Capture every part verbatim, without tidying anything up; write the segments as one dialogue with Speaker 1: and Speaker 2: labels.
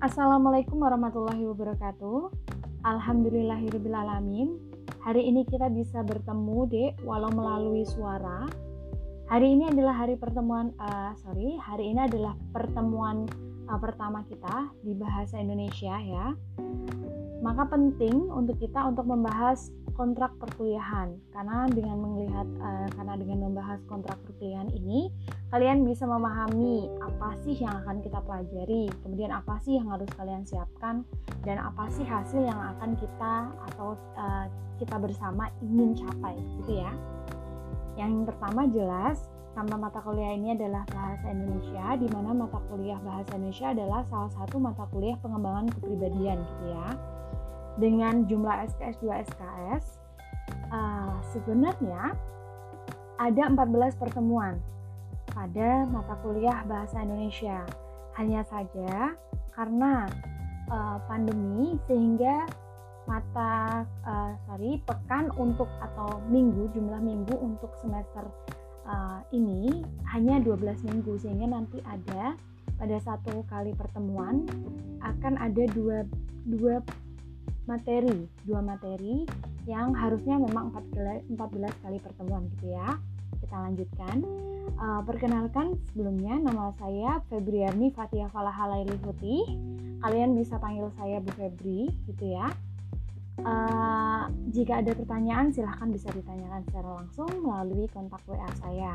Speaker 1: Assalamualaikum warahmatullahi wabarakatuh. Alhamdulillahirrabbilalamin. Hari ini kita bisa bertemu, Dek, walau melalui suara. Hari ini adalah hari pertemuan, uh, sorry, hari ini adalah pertemuan uh, pertama kita di Bahasa Indonesia ya. Maka penting untuk kita untuk membahas kontrak perkuliahan, karena dengan melihat uh, karena dengan membahas kontrak perkuliahan ini kalian bisa memahami apa sih yang akan kita pelajari, kemudian apa sih yang harus kalian siapkan, dan apa sih hasil yang akan kita atau uh, kita bersama ingin capai gitu ya. Yang pertama jelas nama mata kuliah ini adalah Bahasa Indonesia, di mana mata kuliah Bahasa Indonesia adalah salah satu mata kuliah pengembangan kepribadian gitu ya. Dengan jumlah S K S dua S K S, uh, sebenarnya ada empat belas pertemuan pada mata kuliah Bahasa Indonesia. Hanya saja karena uh, pandemi sehingga mata uh, sorry pekan untuk atau minggu jumlah minggu untuk semester uh, ini hanya dua belas minggu, sehingga nanti ada pada satu kali pertemuan akan ada dua dua materi, dua materi yang harusnya memang empat belas kali pertemuan gitu ya. Kita lanjutkan. Uh, perkenalkan sebelumnya, nama saya Febriani Fatia Falahalaili Putih. Kalian bisa panggil saya Bu Febri gitu ya. Uh, jika ada pertanyaan silahkan bisa ditanyakan secara langsung melalui kontak W A saya.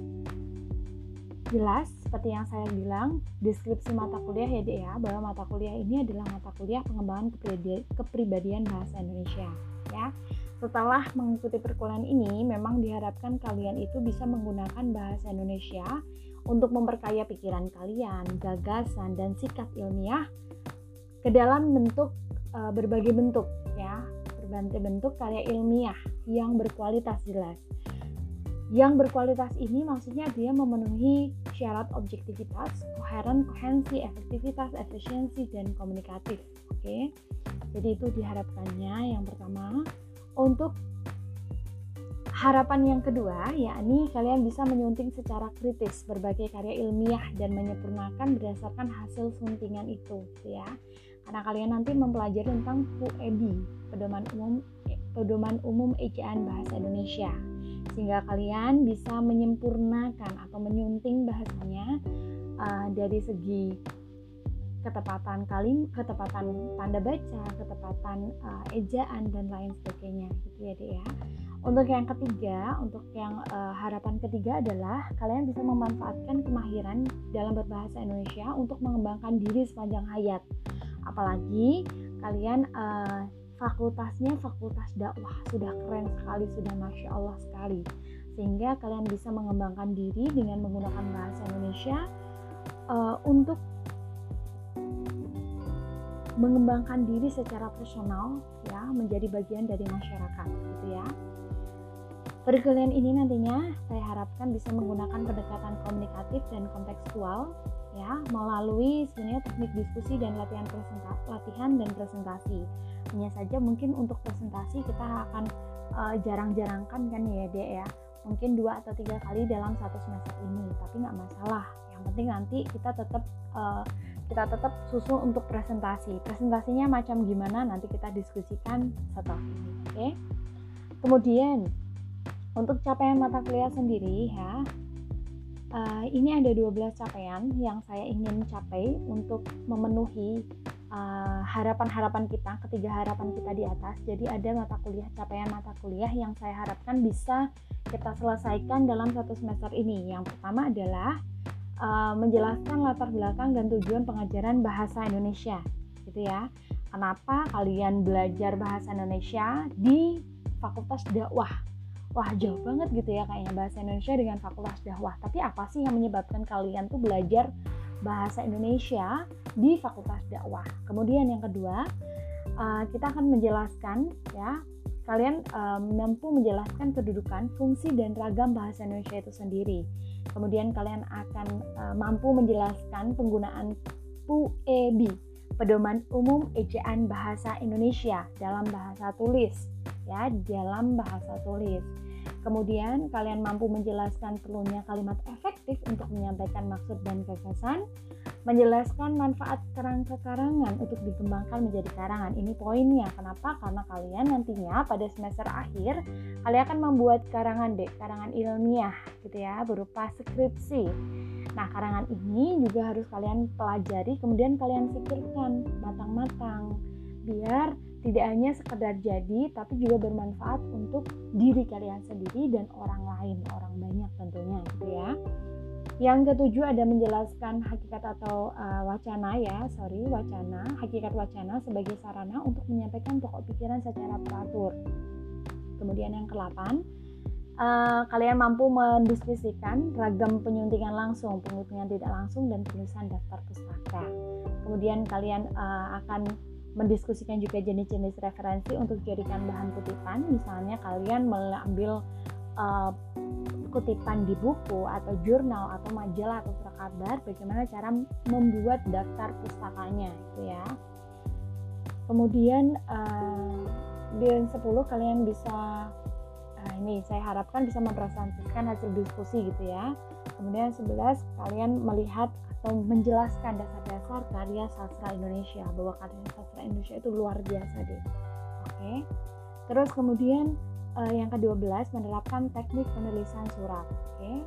Speaker 1: Jelas seperti yang saya bilang, deskripsi mata kuliah ya Dek ya, bahwa mata kuliah ini adalah mata kuliah pengembangan kepribadian bahasa Indonesia ya. Setelah mengikuti perkuliahan ini, memang diharapkan kalian itu bisa menggunakan bahasa Indonesia untuk memperkaya pikiran kalian, gagasan, dan sikap ilmiah ke dalam bentuk e, berbagai bentuk ya, berbagai bentuk karya ilmiah yang berkualitas jelas. Yang berkualitas ini maksudnya dia memenuhi syarat objektivitas, koheren, kohensi, efektivitas, efisiensi, dan komunikatif. Oke, jadi itu diharapkannya yang pertama. Untuk harapan yang kedua, yakni kalian bisa menyunting secara kritis berbagai karya ilmiah dan menyempurnakan berdasarkan hasil suntingan itu, gitu ya. Karena kalian nanti mempelajari tentang P U E B I, Pedoman Umum Pedoman Umum Ejaan Bahasa Indonesia, sehingga kalian bisa menyempurnakan atau menyunting bahasanya uh, dari segi ketepatan kalim, ketepatan tanda baca, ketepatan uh, ejaan, dan lain sebagainya gitu ya Dek ya. Untuk yang ketiga, untuk yang uh, harapan ketiga adalah kalian bisa memanfaatkan kemahiran dalam berbahasa Indonesia untuk mengembangkan diri sepanjang hayat. Apalagi kalian uh, fakultasnya fakultas dakwah, sudah keren sekali, sudah masya Allah sekali, sehingga kalian bisa mengembangkan diri dengan menggunakan bahasa Indonesia uh, untuk mengembangkan diri secara personal ya, menjadi bagian dari masyarakat gitu ya. Perkuliahan ini nantinya saya harapkan bisa menggunakan pendekatan komunikatif dan kontekstual ya, melalui sebenarnya teknik diskusi dan latihan presentasi, latihan dan presentasi. Hanya saja mungkin untuk presentasi kita akan uh, jarang-jarangkan kan ya Dek ya, mungkin dua atau tiga kali dalam satu semester ini, tapi nggak masalah. Yang penting nanti kita tetap uh, kita tetap susun untuk presentasi. Presentasinya macam gimana nanti kita diskusikan setelah ini, oke? Okay? Kemudian untuk capaian mata kuliah sendiri ya, uh, ini ada dua belas capaian yang saya ingin capai untuk memenuhi uh, harapan-harapan kita, ketiga harapan kita di atas. Jadi ada mata kuliah, capaian mata kuliah yang saya harapkan bisa kita selesaikan dalam satu semester ini. Yang pertama adalah Uh, menjelaskan latar belakang dan tujuan pengajaran bahasa Indonesia gitu ya. Kenapa kalian belajar bahasa Indonesia di Fakultas Dakwah? Wah, jauh banget gitu ya kayaknya bahasa Indonesia dengan Fakultas Dakwah. Tapi apa sih yang menyebabkan kalian tuh belajar bahasa Indonesia di Fakultas Dakwah? Kemudian yang kedua, uh, kita akan menjelaskan ya, kalian uh, mampu menjelaskan kedudukan, fungsi, dan ragam bahasa Indonesia itu sendiri. Kemudian kalian akan uh, mampu menjelaskan penggunaan P U E B I, Pedoman Umum Ejaan Bahasa Indonesia dalam bahasa tulis ya, dalam bahasa tulis. Kemudian kalian mampu menjelaskan perlunya kalimat efektif untuk menyampaikan maksud dan gagasan, Menjelaskan manfaat kerangka karangan untuk dikembangkan menjadi karangan. Ini poinnya. Kenapa? Karena kalian nantinya pada semester akhir kalian akan membuat karangan deh, karangan ilmiah gitu ya, berupa skripsi. Nah, karangan ini juga harus kalian pelajari, kemudian kalian pikirkan matang-matang biar tidak hanya sekedar jadi, tapi juga bermanfaat untuk diri kalian sendiri dan orang lain, orang banyak tentunya gitu ya. Yang ketujuh ada menjelaskan hakikat atau uh, wacana ya, sorry wacana, hakikat wacana sebagai sarana untuk menyampaikan pokok pikiran secara teratur. Kemudian yang kedelapan, uh, kalian mampu mendiskusikan ragam penyuntingan langsung, penyuntingan tidak langsung, dan penulisan daftar pustaka. Kemudian kalian uh, akan mendiskusikan juga jenis-jenis referensi untuk jadikan bahan kutipan. Misalnya kalian mengambil uh, kutipan di buku atau jurnal atau majalah atau surat kabar, bagaimana cara membuat daftar pustakanya gitu ya. Kemudian uh, di sepuluh kalian bisa uh, ini saya harapkan bisa mempresentasikan hasil diskusi gitu ya. Kemudian sebelas kalian melihat atau menjelaskan dasar-dasar karya sastra Indonesia, bahwa karya sastra Indonesia itu luar biasa deh. Oke. Terus kemudian Uh, yang kedua belas menerapkan teknik penulisan surat. Oke. Okay.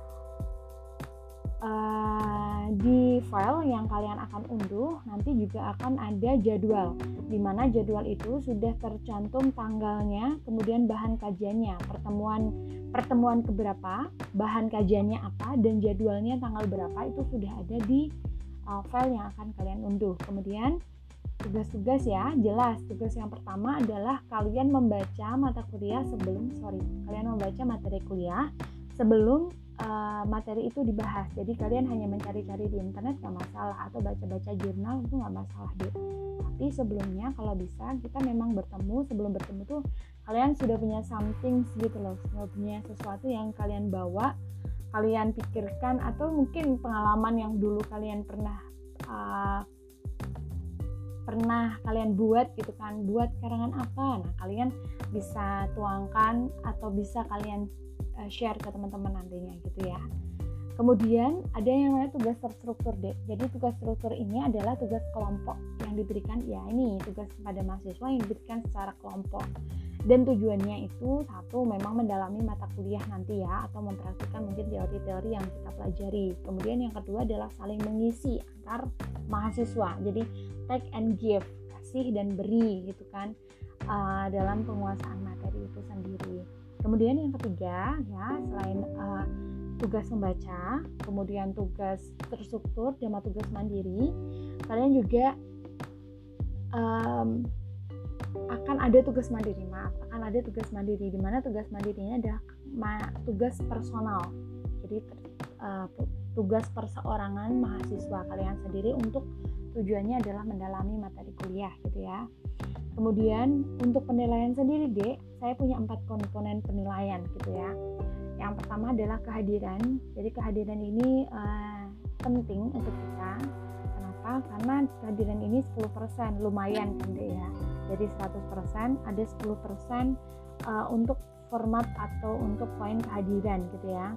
Speaker 1: Uh, di file yang kalian akan unduh nanti juga akan ada jadwal, di mana jadwal itu sudah tercantum tanggalnya, kemudian bahan kajiannya, pertemuan pertemuan keberapa, bahan kajiannya apa, dan jadwalnya tanggal berapa itu sudah ada di uh, file yang akan kalian unduh. Kemudian tugas-tugas ya, jelas tugas yang pertama adalah kalian membaca mata kuliah sebelum sorry kalian membaca materi kuliah sebelum uh, materi itu dibahas. Jadi kalian hanya mencari-cari di internet nggak masalah, atau baca-baca jurnal itu nggak masalah deh. Tapi sebelumnya kalau bisa kita memang bertemu, sebelum bertemu tuh kalian sudah punya something gitu loh, sudah punya sesuatu yang kalian bawa, kalian pikirkan, atau mungkin pengalaman yang dulu kalian pernah uh, pernah kalian buat gitu kan, buat karangan apa, nah kalian bisa tuangkan atau bisa kalian uh, share ke teman-teman nantinya gitu ya. Kemudian ada yang namanya tugas terstruktur deh. Jadi tugas struktur ini adalah tugas kelompok yang diberikan, ya ini tugas kepada mahasiswa yang diberikan secara kelompok. Dan tujuannya itu satu, memang mendalami mata kuliah nanti ya, atau mempraktikkan mungkin teori-teori yang kita pelajari. Kemudian yang kedua adalah saling mengisi antar mahasiswa. Jadi take and give, kasih dan beri gitu kan, uh, dalam penguasaan materi itu sendiri. Kemudian yang ketiga ya, selain uh, tugas membaca, kemudian tugas terstruktur dan tugas mandiri, kalian juga um, akan ada tugas mandiri, maaf, akan ada tugas mandiri, di mana tugas mandirinya adalah ma- tugas personal. Jadi uh, tugas perseorangan mahasiswa kalian sendiri, untuk tujuannya adalah mendalami materi kuliah gitu ya. Kemudian untuk penilaian sendiri dek, saya punya empat komponen penilaian gitu ya. Yang pertama adalah kehadiran. Jadi kehadiran ini uh, penting untuk kita. Kenapa? Karena kehadiran ini sepuluh persen, lumayan kan dek ya. Jadi seratus persen ada sepuluh persen uh, untuk format atau untuk poin kehadiran gitu ya.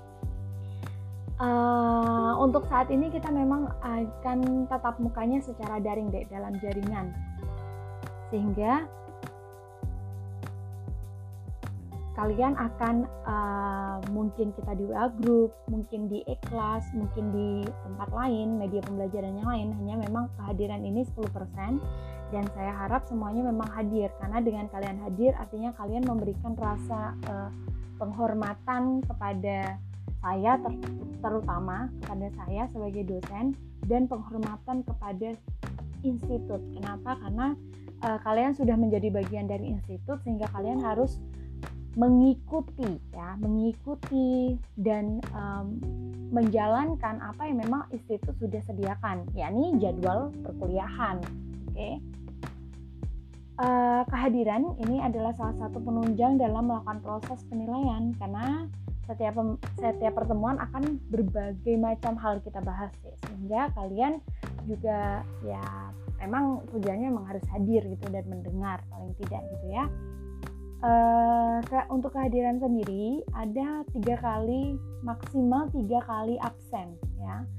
Speaker 1: Uh, untuk saat ini kita memang akan tatap mukanya secara daring deh, dalam jaringan, sehingga kalian akan uh, mungkin kita di W A group, mungkin di e-class, mungkin di tempat lain, media pembelajaran yang lain, hanya memang kehadiran ini sepuluh persen, dan saya harap semuanya memang hadir, karena dengan kalian hadir artinya kalian memberikan rasa uh, penghormatan kepada saya, ter- terutama kepada saya sebagai dosen, dan penghormatan kepada institut. Kenapa? Karena uh, kalian sudah menjadi bagian dari institut, sehingga kalian harus mengikuti ya, mengikuti dan um, menjalankan apa yang memang institut sudah sediakan, yakni jadwal perkuliahan. Oke. Okay? Uh, kehadiran ini adalah salah satu penunjang dalam melakukan proses penilaian, karena setiap setiap pertemuan akan berbagai macam hal kita bahas ya, sehingga kalian juga ya memang tujuannya memang harus hadir gitu dan mendengar paling tidak gitu ya. Uh, ke, untuk kehadiran sendiri ada tiga kali, maksimal tiga kali absen ya.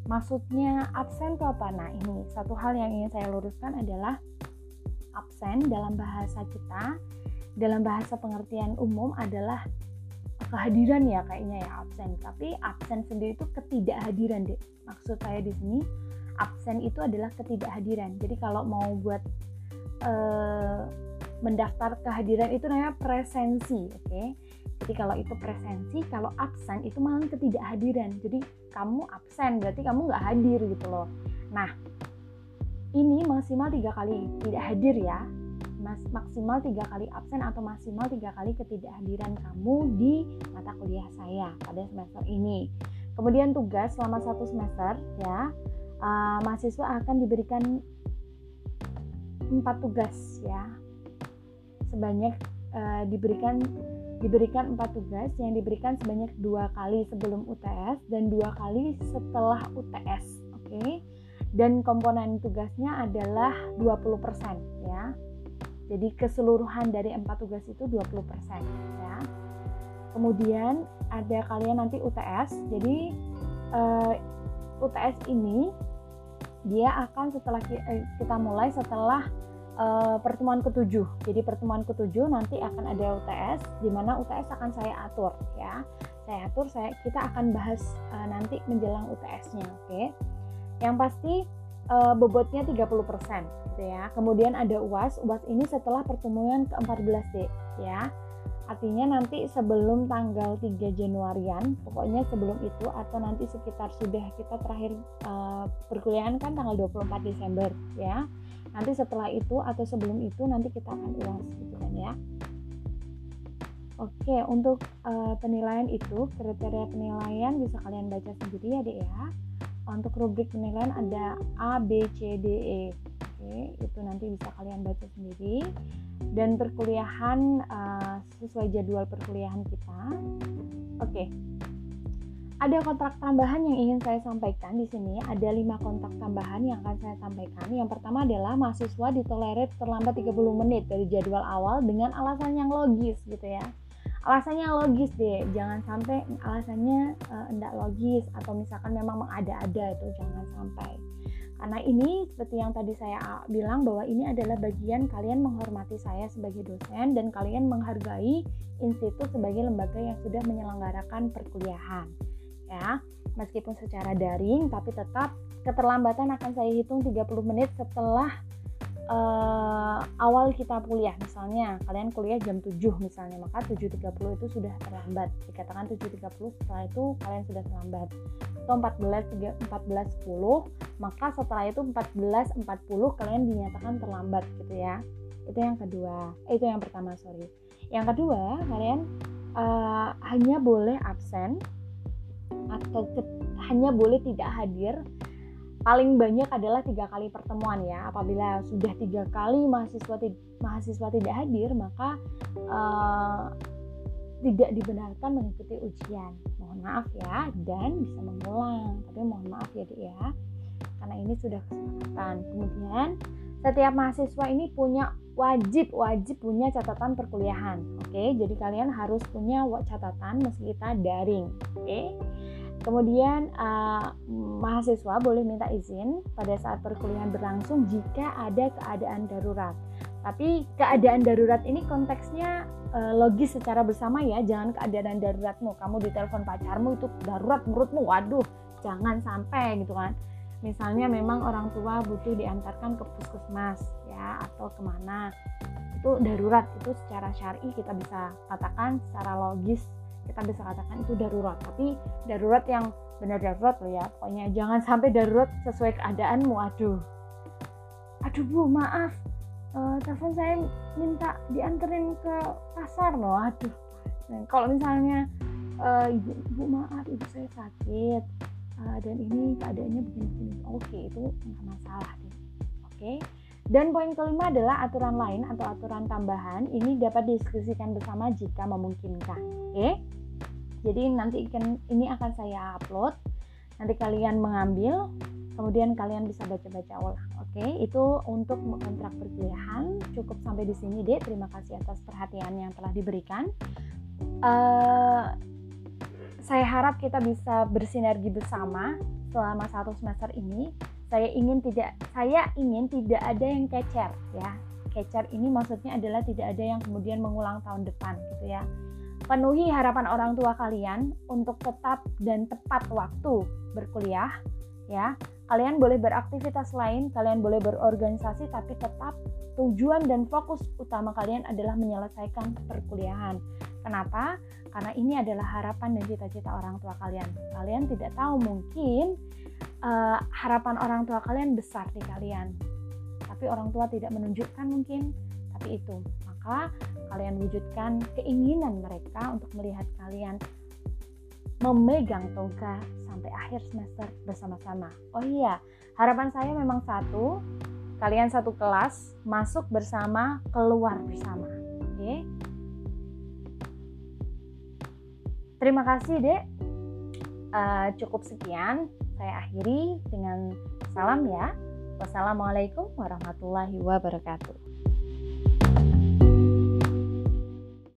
Speaker 1: Maksudnya absen itu apa? Nah, ini satu hal yang ingin saya luruskan adalah absen dalam bahasa kita, dalam bahasa pengertian umum adalah kehadiran ya kayaknya ya absen. Tapi absen sendiri itu ketidakhadiran deh. Maksud saya di sini absen itu adalah ketidakhadiran. Jadi kalau mau buat eh, mendaftar kehadiran itu namanya presensi, oke? Okay? Jadi kalau itu presensi, kalau absen itu malah ketidakhadiran. Jadi kamu absen berarti kamu nggak hadir gitu loh. Nah, ini maksimal tiga kali tidak hadir ya. Mas, maksimal tiga kali absen atau maksimal tiga kali ketidakhadiran kamu di mata kuliah saya pada semester ini. Kemudian tugas selama satu semester ya, uh, mahasiswa akan diberikan empat tugas ya. Sebanyak uh, diberikan diberikan empat tugas yang diberikan sebanyak dua kali sebelum U T S dan dua kali setelah U T S, oke? Okay? Dan komponen tugasnya adalah dua puluh persen ya. Jadi keseluruhan dari empat tugas itu dua puluh persen ya. Kemudian ada kalian nanti U T S. Jadi uh, U T S ini dia akan setelah kita mulai setelah Uh, pertemuan ketujuh. Jadi pertemuan ketujuh nanti akan ada U T S, di mana U T S akan saya atur ya. Saya atur, saya kita akan bahas uh, nanti menjelang U T S-nya, oke. Okay? Yang pasti uh, bobotnya tiga puluh persen gitu ya. Kemudian ada U A S. U A S ini setelah pertemuan ke empat belas D ya. Artinya nanti sebelum tanggal tiga Januarian, pokoknya sebelum itu atau nanti sekitar sudah kita terakhir uh, perkuliahan kan tanggal dua puluh empat Desember ya. Nanti setelah itu atau sebelum itu nanti kita akan U A S gitu kan ya. Oke, untuk uh, penilaian itu, kriteria penilaian bisa kalian baca sendiri ya Dek ya. Untuk rubrik penilaian ada A, B, C, D, E. Oke, itu nanti bisa kalian baca sendiri. Dan perkuliahan uh, sesuai jadwal perkuliahan kita. Oke. Ada kontrak tambahan yang ingin saya sampaikan di sini. Ada lima kontrak tambahan yang akan saya sampaikan. Yang pertama adalah mahasiswa ditolerir terlambat tiga puluh menit dari jadwal awal dengan alasan yang logis gitu ya. Alasannya logis deh, jangan sampai alasannya uh, enggak logis atau misalkan memang mengada-ada, itu jangan sampai. Karena ini seperti yang tadi saya bilang bahwa ini adalah bagian kalian menghormati saya sebagai dosen dan kalian menghargai institut sebagai lembaga yang sudah menyelenggarakan perkuliahan. Ya, meskipun secara daring tapi tetap keterlambatan akan saya hitung tiga puluh menit setelah uh, awal kita kuliah. Misalnya kalian kuliah jam tujuh misalnya, maka tujuh tiga puluh itu sudah terlambat. Dikatakan tujuh tiga puluh, setelah itu kalian sudah terlambat. Atau empat belas sepuluh, maka setelah itu empat belas empat puluh kalian dinyatakan terlambat gitu ya. Itu yang kedua. Eh, itu yang pertama, sorry. Yang kedua, kalian uh, hanya boleh absen atau ke, hanya boleh tidak hadir paling banyak adalah tiga kali pertemuan ya. Apabila sudah tiga kali mahasiswa mahasiswa tidak hadir, maka uh, tidak dibenarkan mengikuti ujian. Mohon maaf ya, dan bisa mengulang. Tapi mohon maaf ya Dek ya, karena ini sudah kesepakatan. Kemudian setiap mahasiswa ini punya wajib wajib punya catatan perkuliahan. Oke, jadi kalian harus punya catatan meski kita daring. Oke. Kemudian uh, mahasiswa boleh minta izin pada saat perkuliahan berlangsung jika ada keadaan darurat. Tapi keadaan darurat ini konteksnya uh, logis secara bersama ya, jangan keadaan daruratmu. Kamu ditelepon pacarmu itu darurat menurutmu, waduh, jangan sampai gitu kan. Misalnya memang orang tua butuh diantarkan ke puskesmas ya atau kemana, itu darurat, itu secara syar'i kita bisa katakan secara logis. Kita bisa katakan itu darurat, tapi darurat yang benar darurat loh ya, pokoknya jangan sampai darurat sesuai keadaanmu. Aduh, aduh Bu, maaf, uh, telepon saya minta dianterin ke pasar loh, aduh. Nah, kalau misalnya uh, ibu, ibu maaf, ibu saya sakit uh, dan ini keadaannya begini-begini, oke, itu nggak masalah deh, oke. Dan poin kelima adalah aturan lain atau aturan tambahan. Ini dapat didiskusikan bersama jika memungkinkan. Oke. Jadi nanti ini akan saya upload. Nanti kalian mengambil, kemudian kalian bisa baca-baca ulang. Oke, itu untuk kontrak perkuliahan. Cukup sampai di sini deh. Terima kasih atas perhatian yang telah diberikan. Uh, saya harap kita bisa bersinergi bersama selama satu semester ini. Saya ingin tidak saya ingin tidak ada yang kecer ya. Kecer ini maksudnya adalah tidak ada yang kemudian mengulang tahun depan gitu ya. Penuhi harapan orang tua kalian untuk tetap dan tepat waktu berkuliah ya. Kalian boleh beraktivitas lain, kalian boleh berorganisasi, tapi tetap tujuan dan fokus utama kalian adalah menyelesaikan perkuliahan. Kenapa? Karena ini adalah harapan dan cita-cita orang tua kalian. Kalian tidak tahu, mungkin uh, harapan orang tua kalian besar di kalian, tapi orang tua tidak menunjukkan mungkin, tapi itu. Maka kalian wujudkan keinginan mereka untuk melihat kalian memegang toga sampai akhir semester bersama-sama. Oh iya, harapan saya memang satu, kalian satu kelas, masuk bersama, keluar bersama. Oke. Terima kasih, Dek. Uh, cukup sekian, saya akhiri dengan salam ya. Wassalamualaikum warahmatullahi wabarakatuh.